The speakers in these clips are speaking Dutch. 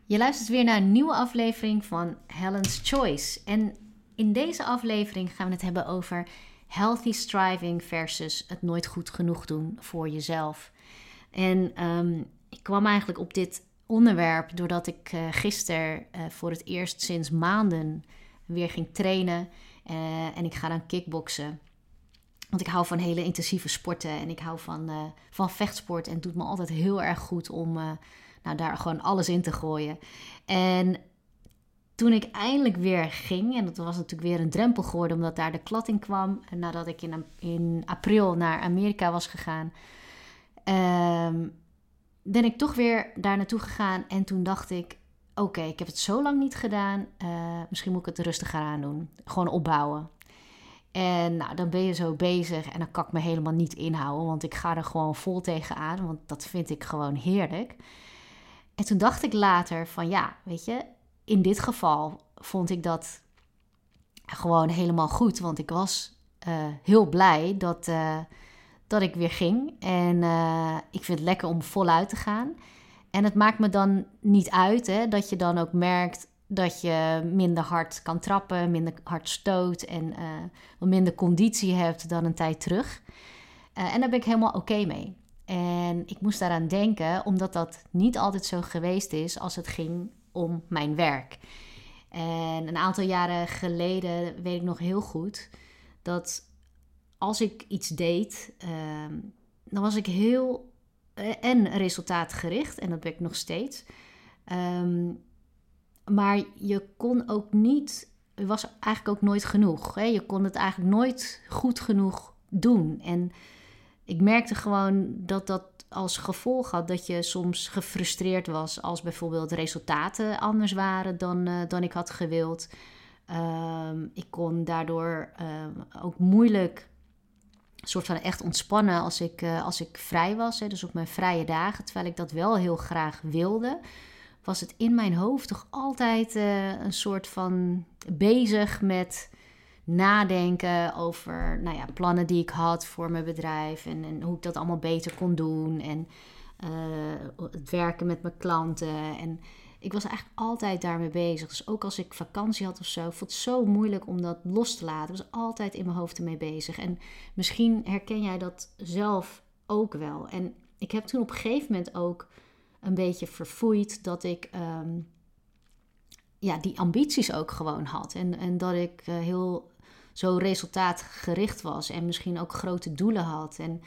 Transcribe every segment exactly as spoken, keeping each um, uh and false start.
Je luistert weer naar een nieuwe aflevering van Helen's Choice. En in deze aflevering gaan we het hebben over healthy striving versus het nooit goed genoeg doen voor jezelf. En um, ik kwam eigenlijk op dit onderwerp doordat ik uh, gisteren uh, voor het eerst sinds maanden weer ging trainen. Uh, en ik ga dan kickboksen. Want ik hou van hele intensieve sporten en ik hou van, uh, van vechtsport. En het doet me altijd heel erg goed om uh, nou, daar gewoon alles in te gooien. En toen ik eindelijk weer ging, en dat was natuurlijk weer een drempel geworden omdat daar de klad in kwam. En nadat ik in, in april naar Amerika was gegaan, um, ben ik toch weer daar naartoe gegaan. En toen dacht ik, oké, okay, ik heb het zo lang niet gedaan. Uh, misschien moet ik het rustiger aan doen. Gewoon opbouwen. En nou, dan ben je zo bezig en dan kan ik me helemaal niet inhouden. Want ik ga er gewoon vol tegenaan, want dat vind ik gewoon heerlijk. En toen dacht ik later van ja, weet je, in dit geval vond ik dat gewoon helemaal goed. Want ik was uh, heel blij dat, uh, dat ik weer ging. En uh, ik vind het lekker om voluit te gaan. En het maakt me dan niet uit hè, dat je dan ook merkt dat je minder hard kan trappen, minder hard stoot en uh, wat minder conditie hebt dan een tijd terug. Uh, en daar ben ik helemaal oké okay mee. En ik moest daaraan denken, omdat dat niet altijd zo geweest is als het ging om mijn werk. En een aantal jaren geleden weet ik nog heel goed dat als ik iets deed, uh, dan was ik heel uh, en resultaatgericht en dat ben ik nog steeds. Um, Maar je kon ook niet, het was eigenlijk ook nooit genoeg. Hè? Je kon het eigenlijk nooit goed genoeg doen. En ik merkte gewoon dat dat als gevolg had dat je soms gefrustreerd was als bijvoorbeeld resultaten anders waren dan, uh, dan ik had gewild. Um, ik kon daardoor um, ook moeilijk een soort van echt ontspannen als ik, uh, als ik vrij was. Hè? Dus op mijn vrije dagen, terwijl ik dat wel heel graag wilde, was het in mijn hoofd toch altijd uh, een soort van bezig met nadenken over nou ja, plannen die ik had voor mijn bedrijf en, en hoe ik dat allemaal beter kon doen en uh, het werken met mijn klanten. En ik was eigenlijk altijd daarmee bezig. Dus ook als ik vakantie had of zo, vond het zo moeilijk om dat los te laten. Ik was altijd in mijn hoofd ermee bezig. En misschien herken jij dat zelf ook wel. En ik heb toen op een gegeven moment ook een beetje verfoeid dat ik um, ja, die ambities ook gewoon had. En, en dat ik uh, heel zo resultaatgericht was en misschien ook grote doelen had. En,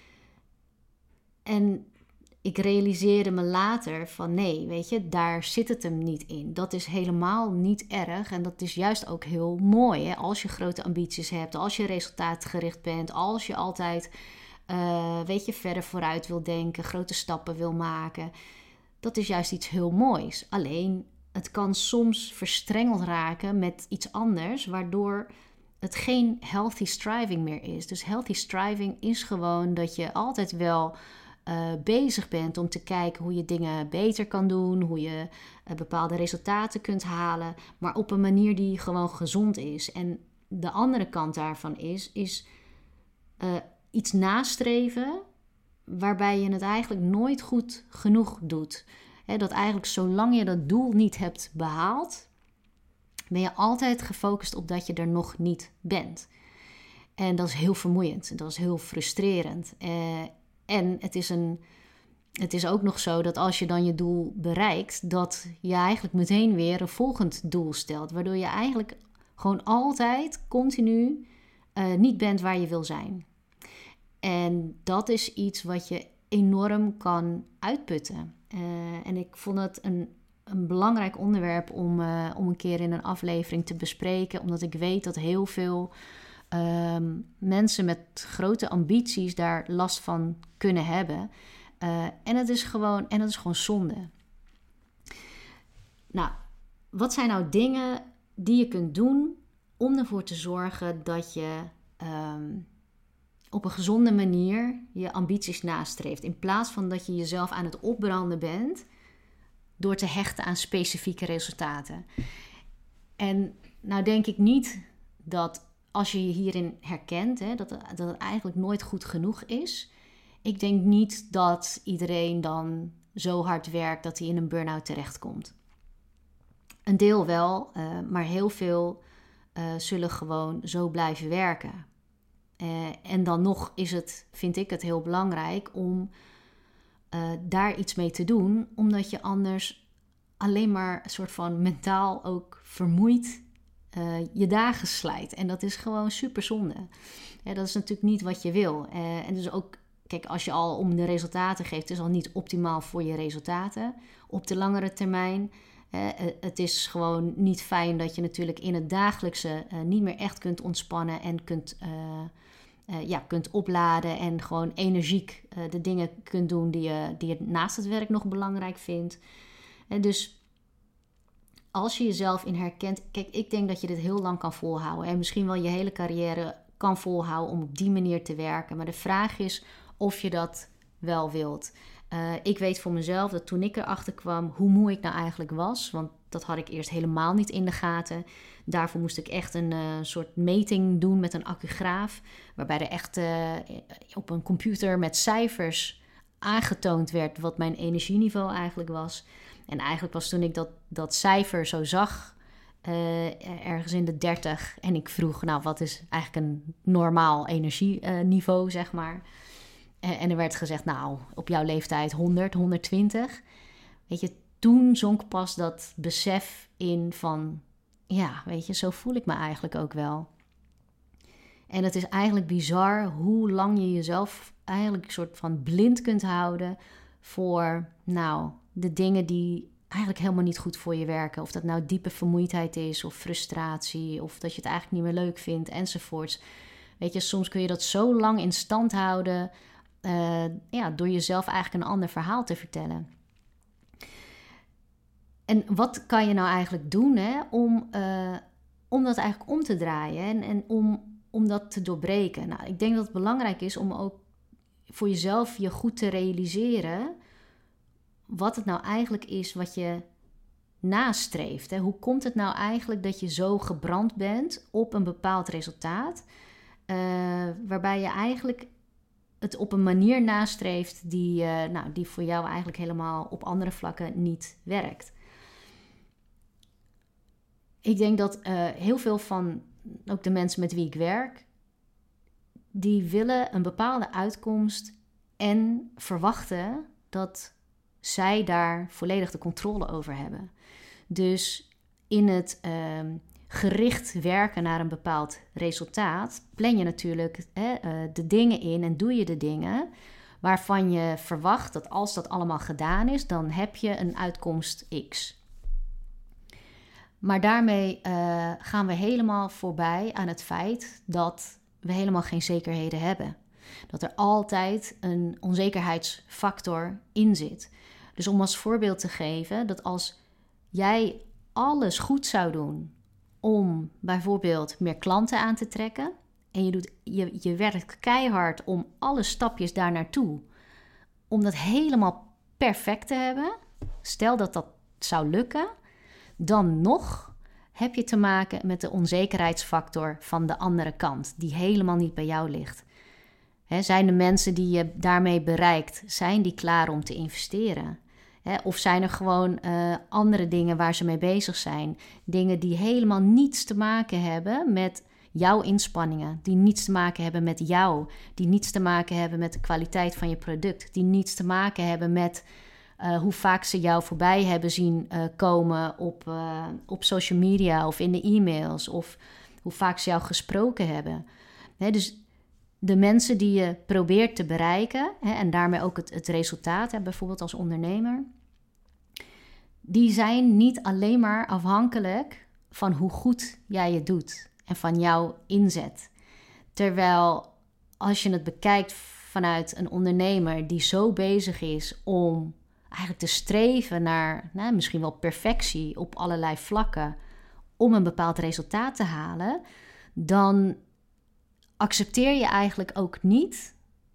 en ik realiseerde me later van nee, weet je, daar zit het hem niet in. Dat is helemaal niet erg en dat is juist ook heel mooi. Hè? Als je grote ambities hebt, als je resultaatgericht bent, als je altijd Uh, weet je, verder vooruit wil denken, grote stappen wil maken. Dat is juist iets heel moois. Alleen, het kan soms verstrengeld raken met iets anders, waardoor het geen healthy striving meer is. Dus healthy striving is gewoon dat je altijd wel uh, bezig bent om te kijken hoe je dingen beter kan doen, hoe je uh, bepaalde resultaten kunt halen, maar op een manier die gewoon gezond is. En de andere kant daarvan is, is uh, iets nastreven waarbij je het eigenlijk nooit goed genoeg doet. He, dat eigenlijk zolang je dat doel niet hebt behaald, ben je altijd gefocust op dat je er nog niet bent. En dat is heel vermoeiend. Dat is heel frustrerend. Uh, en het is, een, het is ook nog zo dat als je dan je doel bereikt, dat je eigenlijk meteen weer een volgend doel stelt. Waardoor je eigenlijk gewoon altijd continu uh, niet bent waar je wil zijn. En dat is iets wat je enorm kan uitputten. Uh, en ik vond het een, een belangrijk onderwerp om, uh, om een keer in een aflevering te bespreken. Omdat ik weet dat heel veel uh, mensen met grote ambities daar last van kunnen hebben. Uh, en, het is gewoon, en het is gewoon zonde. Nou, wat zijn nou dingen die je kunt doen om ervoor te zorgen dat je Um, op een gezonde manier je ambities nastreeft. In plaats van dat je jezelf aan het opbranden bent door te hechten aan specifieke resultaten. En nou denk ik niet dat als je je hierin herkent, hè, dat, dat het eigenlijk nooit goed genoeg is. Ik denk niet dat iedereen dan zo hard werkt dat hij in een burn-out terechtkomt. Een deel wel, uh, maar heel veel uh, zullen gewoon zo blijven werken. Uh, en dan nog is het, vind ik het heel belangrijk om uh, daar iets mee te doen, omdat je anders alleen maar een soort van mentaal ook vermoeid uh, je dagen slijt. En dat is gewoon super zonde. Ja, dat is natuurlijk niet wat je wil. Uh, en dus ook, kijk, als je al om de resultaten geeft, is al niet optimaal voor je resultaten op de langere termijn. Uh, het is gewoon niet fijn dat je natuurlijk in het dagelijkse uh, niet meer echt kunt ontspannen en kunt, uh, uh, ja, kunt opladen en gewoon energiek uh, de dingen kunt doen die je, die je naast het werk nog belangrijk vindt. En dus als je jezelf in herkent, kijk, ik denk dat je dit heel lang kan volhouden en misschien wel je hele carrière kan volhouden om op die manier te werken. Maar de vraag is of je dat wel wilt. Uh, ik weet voor mezelf dat toen ik erachter kwam hoe moe ik nou eigenlijk was, want dat had ik eerst helemaal niet in de gaten. Daarvoor moest ik echt een uh, soort meting doen met een accugraaf, waarbij er echt uh, op een computer met cijfers aangetoond werd wat mijn energieniveau eigenlijk was. En eigenlijk was toen ik dat, dat cijfer zo zag, uh, ergens in de dertig, en ik vroeg, nou, wat is eigenlijk een normaal energieniveau, uh, zeg maar. En er werd gezegd, nou, op jouw leeftijd honderd, honderdtwintig. Weet je, toen zonk pas dat besef in van, ja, weet je, zo voel ik me eigenlijk ook wel. En het is eigenlijk bizar hoe lang je jezelf eigenlijk een soort van blind kunt houden voor, nou, de dingen die eigenlijk helemaal niet goed voor je werken. Of dat nou diepe vermoeidheid is of frustratie of dat je het eigenlijk niet meer leuk vindt enzovoorts. Weet je, soms kun je dat zo lang in stand houden, Uh, ja, door jezelf eigenlijk een ander verhaal te vertellen. En wat kan je nou eigenlijk doen, hè, om, uh, om dat eigenlijk om te draaien en, en om, om dat te doorbreken? Nou, ik denk dat het belangrijk is om ook voor jezelf je goed te realiseren wat het nou eigenlijk is wat je nastreeft. Hè? Hoe komt het nou eigenlijk dat je zo gebrand bent op een bepaald resultaat, uh, waarbij je eigenlijk het op een manier nastreeft die, uh, nou, die voor jou eigenlijk helemaal op andere vlakken niet werkt. Ik denk dat uh, heel veel van ook de mensen met wie ik werk, die willen een bepaalde uitkomst en verwachten dat zij daar volledig de controle over hebben. Dus in het Uh, gericht werken naar een bepaald resultaat, plan je natuurlijk hè, uh, de dingen in en doe je de dingen waarvan je verwacht dat als dat allemaal gedaan is, dan heb je een uitkomst X. Maar daarmee uh, gaan we helemaal voorbij aan het feit dat we helemaal geen zekerheden hebben. Dat er altijd een onzekerheidsfactor in zit. Dus om als voorbeeld te geven dat als jij alles goed zou doen om bijvoorbeeld meer klanten aan te trekken en je, doet, je, je werkt keihard om alle stapjes daar naartoe, om dat helemaal perfect te hebben, stel dat dat zou lukken, dan nog heb je te maken met de onzekerheidsfactor van de andere kant, die helemaal niet bij jou ligt. He, zijn de mensen die je daarmee bereikt, zijn die klaar om te investeren? He, of zijn er gewoon uh, andere dingen waar ze mee bezig zijn? Dingen die helemaal niets te maken hebben met jouw inspanningen. Die niets te maken hebben met jou. Die niets te maken hebben met de kwaliteit van je product. Die niets te maken hebben met uh, hoe vaak ze jou voorbij hebben zien uh, komen op, uh, op social media of in de e-mails. Of hoe vaak ze jou gesproken hebben. He, dus de mensen die je probeert te bereiken, hè, en daarmee ook het, het resultaat, hè, bijvoorbeeld als ondernemer, die zijn niet alleen maar afhankelijk van hoe goed jij het doet en van jouw inzet. Terwijl als je het bekijkt vanuit een ondernemer die zo bezig is om eigenlijk te streven naar nou, misschien wel perfectie op allerlei vlakken om een bepaald resultaat te halen, dan accepteer je eigenlijk ook niet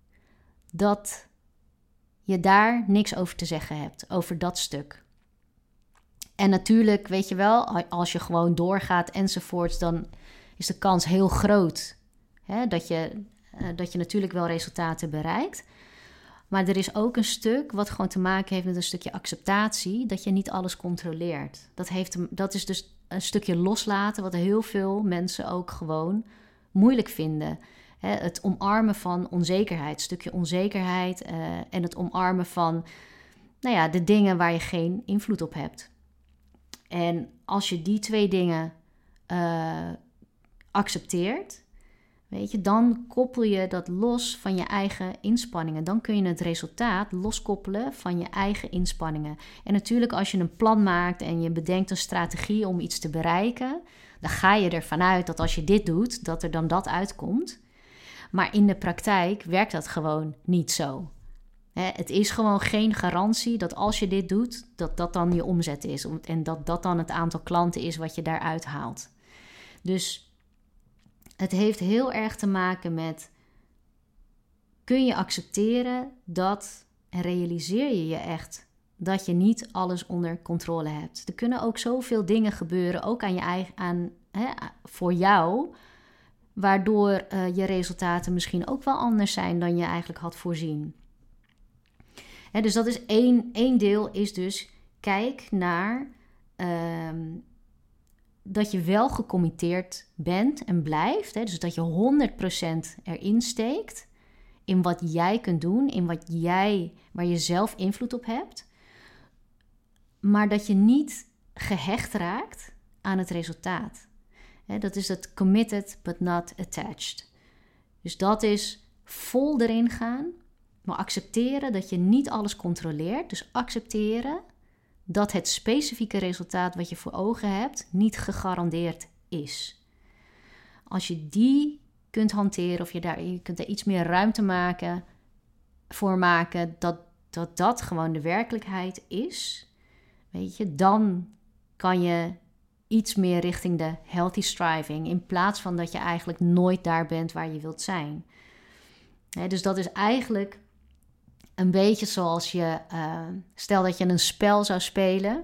dat je daar niks over te zeggen hebt, over dat stuk. En natuurlijk, weet je wel, als je gewoon doorgaat enzovoorts, dan is de kans heel groot hè, dat je, uh, dat je natuurlijk wel resultaten bereikt. Maar er is ook een stuk wat gewoon te maken heeft met een stukje acceptatie, dat je niet alles controleert. Dat, heeft, dat is dus een stukje loslaten, wat heel veel mensen ook gewoon moeilijk vinden. He, het omarmen van onzekerheid, een stukje onzekerheid uh, en het omarmen van nou ja, de dingen waar je geen invloed op hebt. En als je die twee dingen uh, accepteert, weet je, dan koppel je dat los van je eigen inspanningen. Dan kun je het resultaat loskoppelen van je eigen inspanningen. En natuurlijk als je een plan maakt en je bedenkt een strategie om iets te bereiken, dan ga je ervan uit dat als je dit doet, dat er dan dat uitkomt. Maar in de praktijk werkt dat gewoon niet zo. Hè, het is gewoon geen garantie dat als je dit doet, dat dat dan je omzet is. En dat dat dan het aantal klanten is wat je daaruit haalt. Dus het heeft heel erg te maken met, kun je accepteren dat en realiseer je je echt dat je niet alles onder controle hebt. Er kunnen ook zoveel dingen gebeuren, ook aan je eigen, aan, hè, voor jou, waardoor uh, je resultaten misschien ook wel anders zijn dan je eigenlijk had voorzien. Hè, dus dat is één, één deel, is dus kijk naar um, dat je wel gecommitteerd bent en blijft. Hè, dus dat je honderd procent erin steekt in wat jij kunt doen, in wat jij, waar je zelf invloed op hebt. Maar dat je niet gehecht raakt aan het resultaat. Hè, dat is het committed but not attached. Dus dat is vol erin gaan, maar accepteren dat je niet alles controleert. Dus accepteren dat het specifieke resultaat wat je voor ogen hebt niet gegarandeerd is. Als je die kunt hanteren of je, daar, je kunt er iets meer ruimte maken, voor maken dat, dat dat gewoon de werkelijkheid is, weet je, dan kan je iets meer richting de healthy striving, in plaats van dat je eigenlijk nooit daar bent waar je wilt zijn. He, dus dat is eigenlijk een beetje zoals je, uh, stel dat je een spel zou spelen.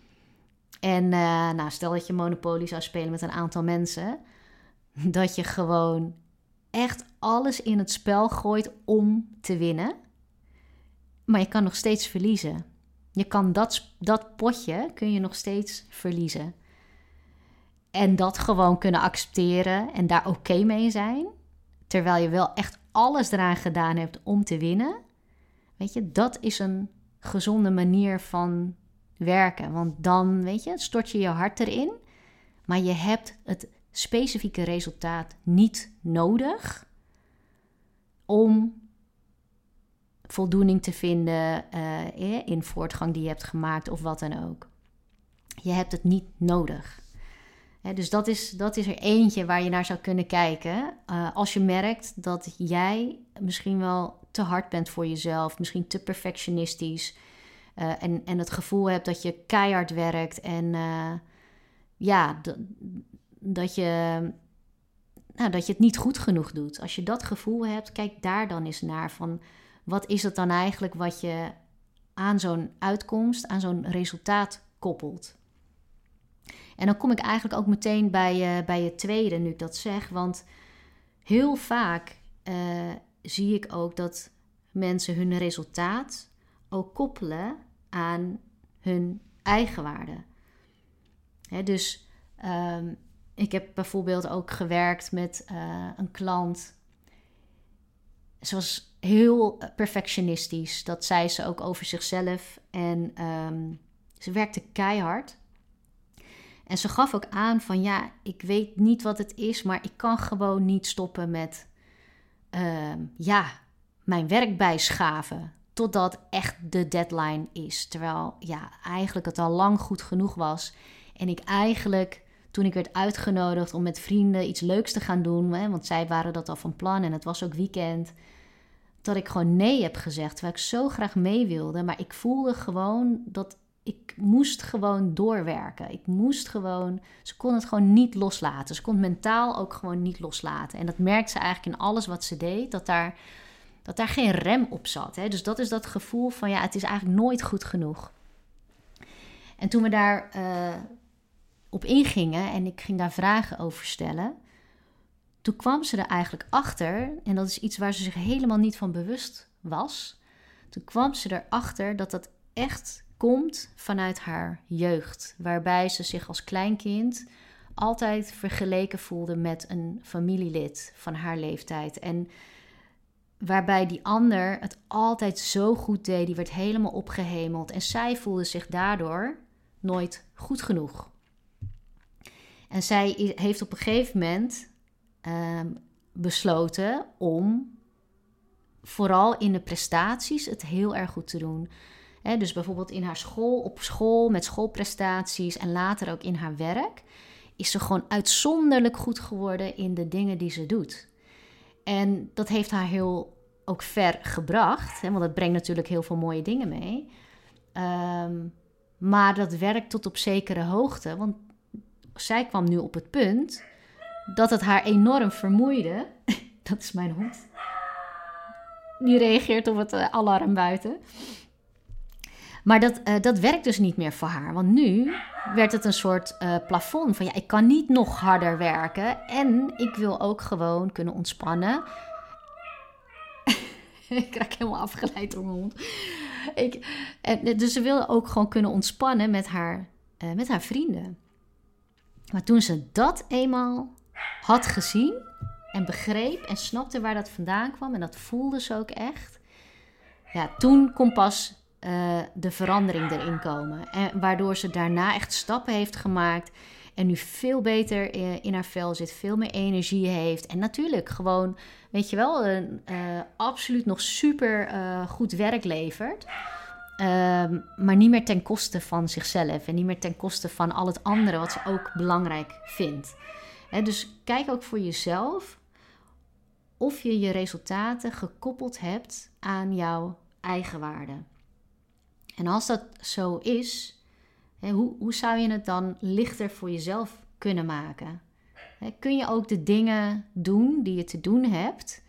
En uh, nou, stel dat je Monopoly zou spelen met een aantal mensen. Dat je gewoon echt alles in het spel gooit om te winnen. Maar je kan nog steeds verliezen. Je kan dat, dat potje kun je nog steeds verliezen. En dat gewoon kunnen accepteren en daar oké mee zijn. Terwijl je wel echt alles eraan gedaan hebt om te winnen. Weet je, dat is een gezonde manier van werken. Want dan, weet je, stort je je hart erin. Maar je hebt het specifieke resultaat niet nodig om voldoening te vinden uh, in voortgang die je hebt gemaakt of wat dan ook. Je hebt het niet nodig. He, dus dat is, dat is er eentje waar je naar zou kunnen kijken. Uh, als je merkt dat jij misschien wel te hard bent voor jezelf, misschien te perfectionistisch, uh, en, en het gevoel hebt dat je keihard werkt en uh, ja, d- dat je, nou, dat je het niet goed genoeg doet. Als je dat gevoel hebt, kijk daar dan eens naar van, wat is het dan eigenlijk wat je aan zo'n uitkomst, aan zo'n resultaat koppelt. En dan kom ik eigenlijk ook meteen bij, uh, bij het tweede, nu ik dat zeg. Want heel vaak uh, zie ik ook dat mensen hun resultaat ook koppelen aan hun eigenwaarde. Hè, dus um, ik heb bijvoorbeeld ook gewerkt met uh, een klant. Ze was heel perfectionistisch. Dat zei ze ook over zichzelf. En um, ze werkte keihard. En ze gaf ook aan van ja, ik weet niet wat het is, maar ik kan gewoon niet stoppen met uh, ja, mijn werk bijschaven totdat echt de deadline is. Terwijl ja, eigenlijk het al lang goed genoeg was. En ik eigenlijk, toen ik werd uitgenodigd om met vrienden iets leuks te gaan doen, hè, want zij waren dat al van plan en het was ook weekend, dat ik gewoon nee heb gezegd, terwijl ik zo graag mee wilde. Maar ik voelde gewoon dat ik moest gewoon doorwerken. Ik moest gewoon, ze kon het gewoon niet loslaten. Ze kon het mentaal ook gewoon niet loslaten. En dat merkte ze eigenlijk in alles wat ze deed, dat daar, dat daar geen rem op zat. Hè? Dus dat is dat gevoel van ja, het is eigenlijk nooit goed genoeg. En toen we daar uh, op ingingen en ik ging daar vragen over stellen, toen kwam ze er eigenlijk achter, en dat is iets waar ze zich helemaal niet van bewust was, Toen kwam ze erachter dat dat echt komt vanuit haar jeugd. Waarbij ze zich als kleinkind altijd vergeleken voelde met een familielid van haar leeftijd. En waarbij die ander het altijd zo goed deed. Die werd helemaal opgehemeld. En zij voelde zich daardoor nooit goed genoeg. En zij heeft op een gegeven moment uh, besloten om vooral in de prestaties het heel erg goed te doen. He, dus bijvoorbeeld in haar school, op school met schoolprestaties en later ook in haar werk, is ze gewoon uitzonderlijk goed geworden in de dingen die ze doet. En dat heeft haar heel ook ver gebracht, hè, want dat brengt natuurlijk heel veel mooie dingen mee. Um, maar dat werkt tot op zekere hoogte, want zij kwam nu op het punt dat het haar enorm vermoeide. Dat is mijn hond. Die reageert op het uh, alarm buiten. Maar dat, uh, dat werkt dus niet meer voor haar. Want nu werd het een soort uh, plafond van ja, ik kan niet nog harder werken. En ik wil ook gewoon kunnen ontspannen. Ik raak helemaal afgeleid door mijn hond. Ik, en, dus ze wilde ook gewoon kunnen ontspannen met haar, uh, met haar vrienden. Maar toen ze dat eenmaal had gezien en begreep en snapte waar dat vandaan kwam, en dat voelde ze ook echt, ja, toen kon pas uh, de verandering erin komen. En waardoor ze daarna echt stappen heeft gemaakt en nu veel beter uh, in haar vel zit, veel meer energie heeft. En natuurlijk gewoon, weet je wel, uh, uh, absoluut nog super uh, goed werk levert. Um, maar niet meer ten koste van zichzelf en niet meer ten koste van al het andere wat ze ook belangrijk vindt. He, dus kijk ook voor jezelf of je je resultaten gekoppeld hebt aan jouw eigenwaarde. En als dat zo is, he, hoe, hoe zou je het dan lichter voor jezelf kunnen maken? He, kun je ook de dingen doen die je te doen hebt,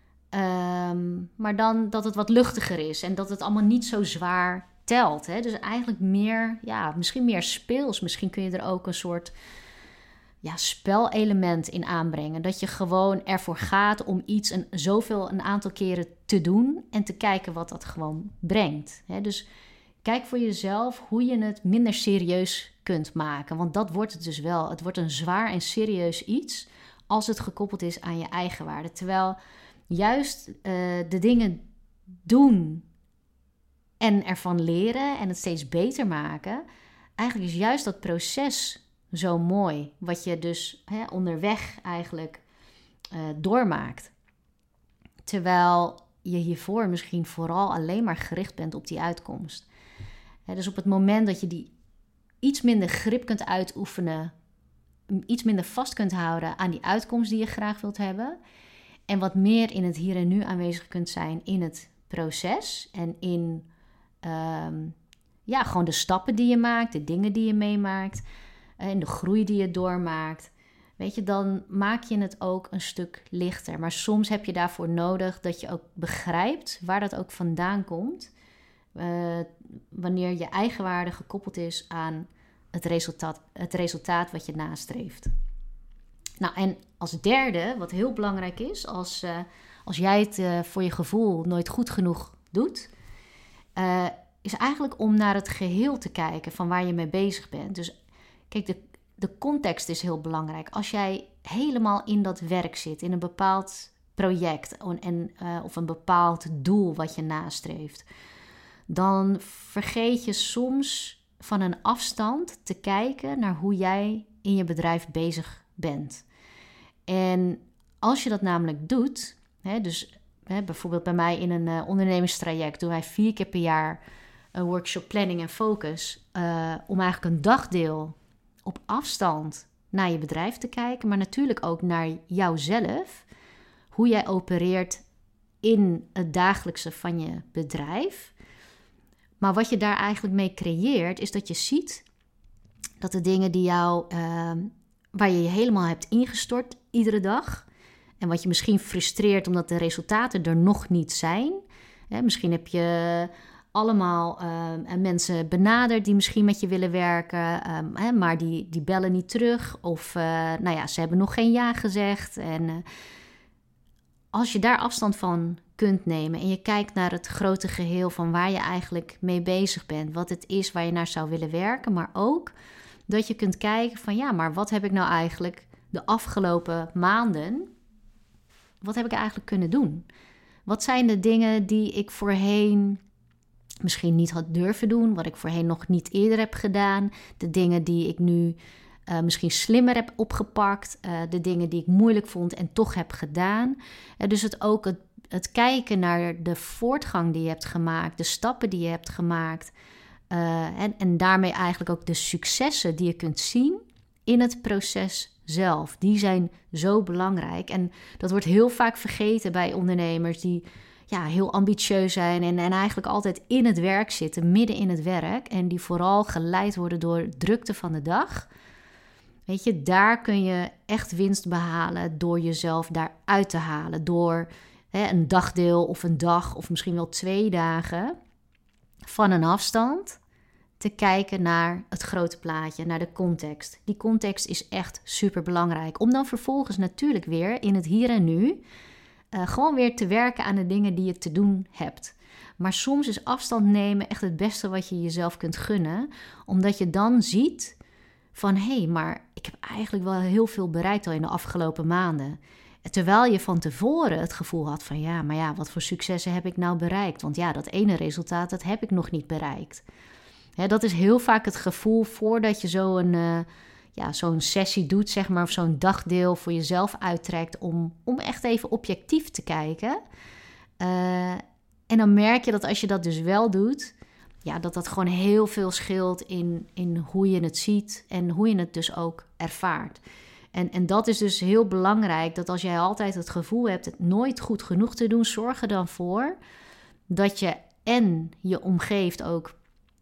Um, maar dan dat het wat luchtiger is en dat het allemaal niet zo zwaar telt. Hè? Dus eigenlijk meer, ja, misschien meer speels. Misschien kun je er ook een soort ja, spelelement in aanbrengen. Dat je gewoon ervoor gaat om iets een, zoveel een aantal keren te doen en te kijken wat dat gewoon brengt. Hè? Dus kijk voor jezelf hoe je het minder serieus kunt maken. Want dat wordt het dus wel. Het wordt een zwaar en serieus iets als het gekoppeld is aan je eigenwaarde. Terwijl juist uh, de dingen doen en ervan leren en het steeds beter maken, eigenlijk is juist dat proces zo mooi, wat je dus hè, onderweg eigenlijk uh, doormaakt. Terwijl je hiervoor misschien vooral alleen maar gericht bent op die uitkomst. Hè, dus op het moment dat je die iets minder grip kunt uitoefenen, iets minder vast kunt houden aan die uitkomst die je graag wilt hebben, en wat meer in het hier en nu aanwezig kunt zijn in het proces. En in um, ja, gewoon de stappen die je maakt, de dingen die je meemaakt. En de groei die je doormaakt. Weet je, dan maak je het ook een stuk lichter. Maar soms heb je daarvoor nodig dat je ook begrijpt waar dat ook vandaan komt. Uh, wanneer je eigenwaarde gekoppeld is aan het resultaat, het resultaat wat je nastreeft. Nou, en als derde, wat heel belangrijk is, als, uh, als jij het uh, voor je gevoel nooit goed genoeg doet, uh, is eigenlijk om naar het geheel te kijken van waar je mee bezig bent. Dus kijk, de, de context is heel belangrijk. Als jij helemaal in dat werk zit, in een bepaald project en, uh, of een bepaald doel wat je nastreeft, dan vergeet je soms van een afstand te kijken naar hoe jij in je bedrijf bezig bent. En als je dat namelijk doet, hè, dus hè, bijvoorbeeld bij mij in een uh, ondernemingstraject doen wij vier keer per jaar een workshop planning en focus, uh, om eigenlijk een dagdeel op afstand naar je bedrijf te kijken, maar natuurlijk ook naar jouzelf, hoe jij opereert in het dagelijkse van je bedrijf. Maar wat je daar eigenlijk mee creëert, is dat je ziet dat de dingen die jou, uh, waar je je helemaal hebt ingestort iedere dag, en wat je misschien frustreert omdat de resultaten er nog niet zijn. Hè, misschien heb je allemaal uh, mensen benaderd die misschien met je willen werken, um, hè, maar die, die bellen niet terug. Of uh, nou ja, ze hebben nog geen ja gezegd. En uh, als je daar afstand van kunt nemen. En je kijkt naar het grote geheel van waar je eigenlijk mee bezig bent. Wat het is waar je naar zou willen werken. Maar ook dat je kunt kijken van ja, maar wat heb ik nou eigenlijk de afgelopen maanden, wat heb ik eigenlijk kunnen doen? Wat zijn de dingen die ik voorheen misschien niet had durven doen, wat ik voorheen nog niet eerder heb gedaan, de dingen die ik nu uh, misschien slimmer heb opgepakt, uh, de dingen die ik moeilijk vond en toch heb gedaan. Uh, dus het ook het, het kijken naar de voortgang die je hebt gemaakt, de stappen die je hebt gemaakt uh, en, en daarmee eigenlijk ook de successen die je kunt zien in het proces zelf. Die zijn zo belangrijk en dat wordt heel vaak vergeten bij ondernemers die ja, heel ambitieus zijn en, en eigenlijk altijd in het werk zitten, midden in het werk. En die vooral geleid worden door de drukte van de dag. Weet je, daar kun je echt winst behalen door jezelf daaruit te halen. Door hè, een dagdeel of een dag of misschien wel twee dagen van een afstand te kijken naar het grote plaatje, naar de context. Die context is echt super belangrijk. Om dan vervolgens natuurlijk weer in het hier en nu Uh, gewoon weer te werken aan de dingen die je te doen hebt. Maar soms is afstand nemen echt het beste wat je jezelf kunt gunnen. Omdat je dan ziet van hé, hey, maar ik heb eigenlijk wel heel veel bereikt al in de afgelopen maanden. Terwijl je van tevoren het gevoel had van ja, maar ja, wat voor successen heb ik nou bereikt? Want ja, dat ene resultaat, dat heb ik nog niet bereikt. Hè, dat is heel vaak het gevoel voordat je zo'n uh, ja, zo'n sessie doet, zeg maar, of zo'n dagdeel voor jezelf uittrekt om, om echt even objectief te kijken. Uh, en dan merk je dat als je dat dus wel doet, ja, dat dat gewoon heel veel scheelt in, in hoe je het ziet en hoe je het dus ook ervaart. En, en dat is dus heel belangrijk, dat als jij altijd het gevoel hebt het nooit goed genoeg te doen, zorg er dan voor dat je en je omgeeft ook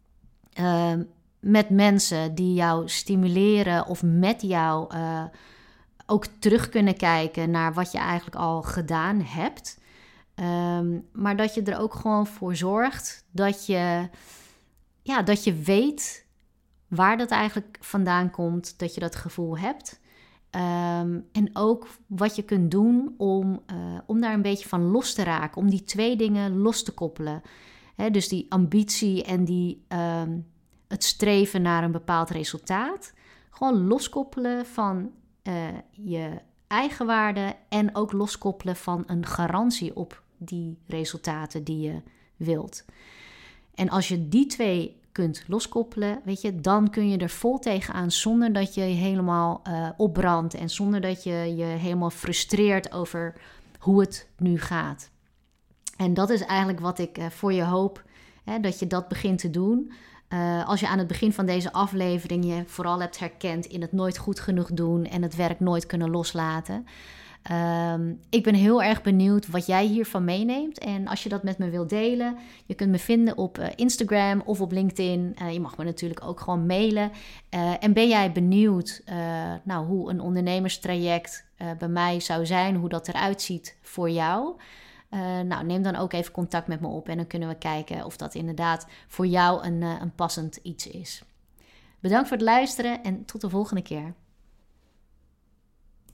Uh, met mensen die jou stimuleren of met jou uh, ook terug kunnen kijken naar wat je eigenlijk al gedaan hebt. Um, maar dat je er ook gewoon voor zorgt dat je, ja, dat je weet waar dat eigenlijk vandaan komt, dat je dat gevoel hebt. Um, en ook wat je kunt doen om, uh, om daar een beetje van los te raken, om die twee dingen los te koppelen. He, dus die ambitie en die, um, het streven naar een bepaald resultaat. Gewoon loskoppelen van uh, je eigenwaarde en ook loskoppelen van een garantie op die resultaten die je wilt. En als je die twee kunt loskoppelen, weet je, dan kun je er vol tegenaan zonder dat je je helemaal uh, opbrandt en zonder dat je je helemaal frustreert over hoe het nu gaat. En dat is eigenlijk wat ik uh, voor je hoop, hè, dat je dat begint te doen. Uh, als je aan het begin van deze aflevering je vooral hebt herkend in het nooit goed genoeg doen en het werk nooit kunnen loslaten. Um, ik ben heel erg benieuwd wat jij hiervan meeneemt. En als je dat met me wilt delen, je kunt me vinden op uh, Instagram of op LinkedIn. Uh, je mag me natuurlijk ook gewoon mailen. Uh, en ben jij benieuwd uh, nou, hoe een ondernemerstraject uh, bij mij zou zijn, hoe dat eruit ziet voor jou? Uh, nou, neem dan ook even contact met me op en dan kunnen we kijken of dat inderdaad voor jou een, uh, een passend iets is. Bedankt voor het luisteren en tot de volgende keer.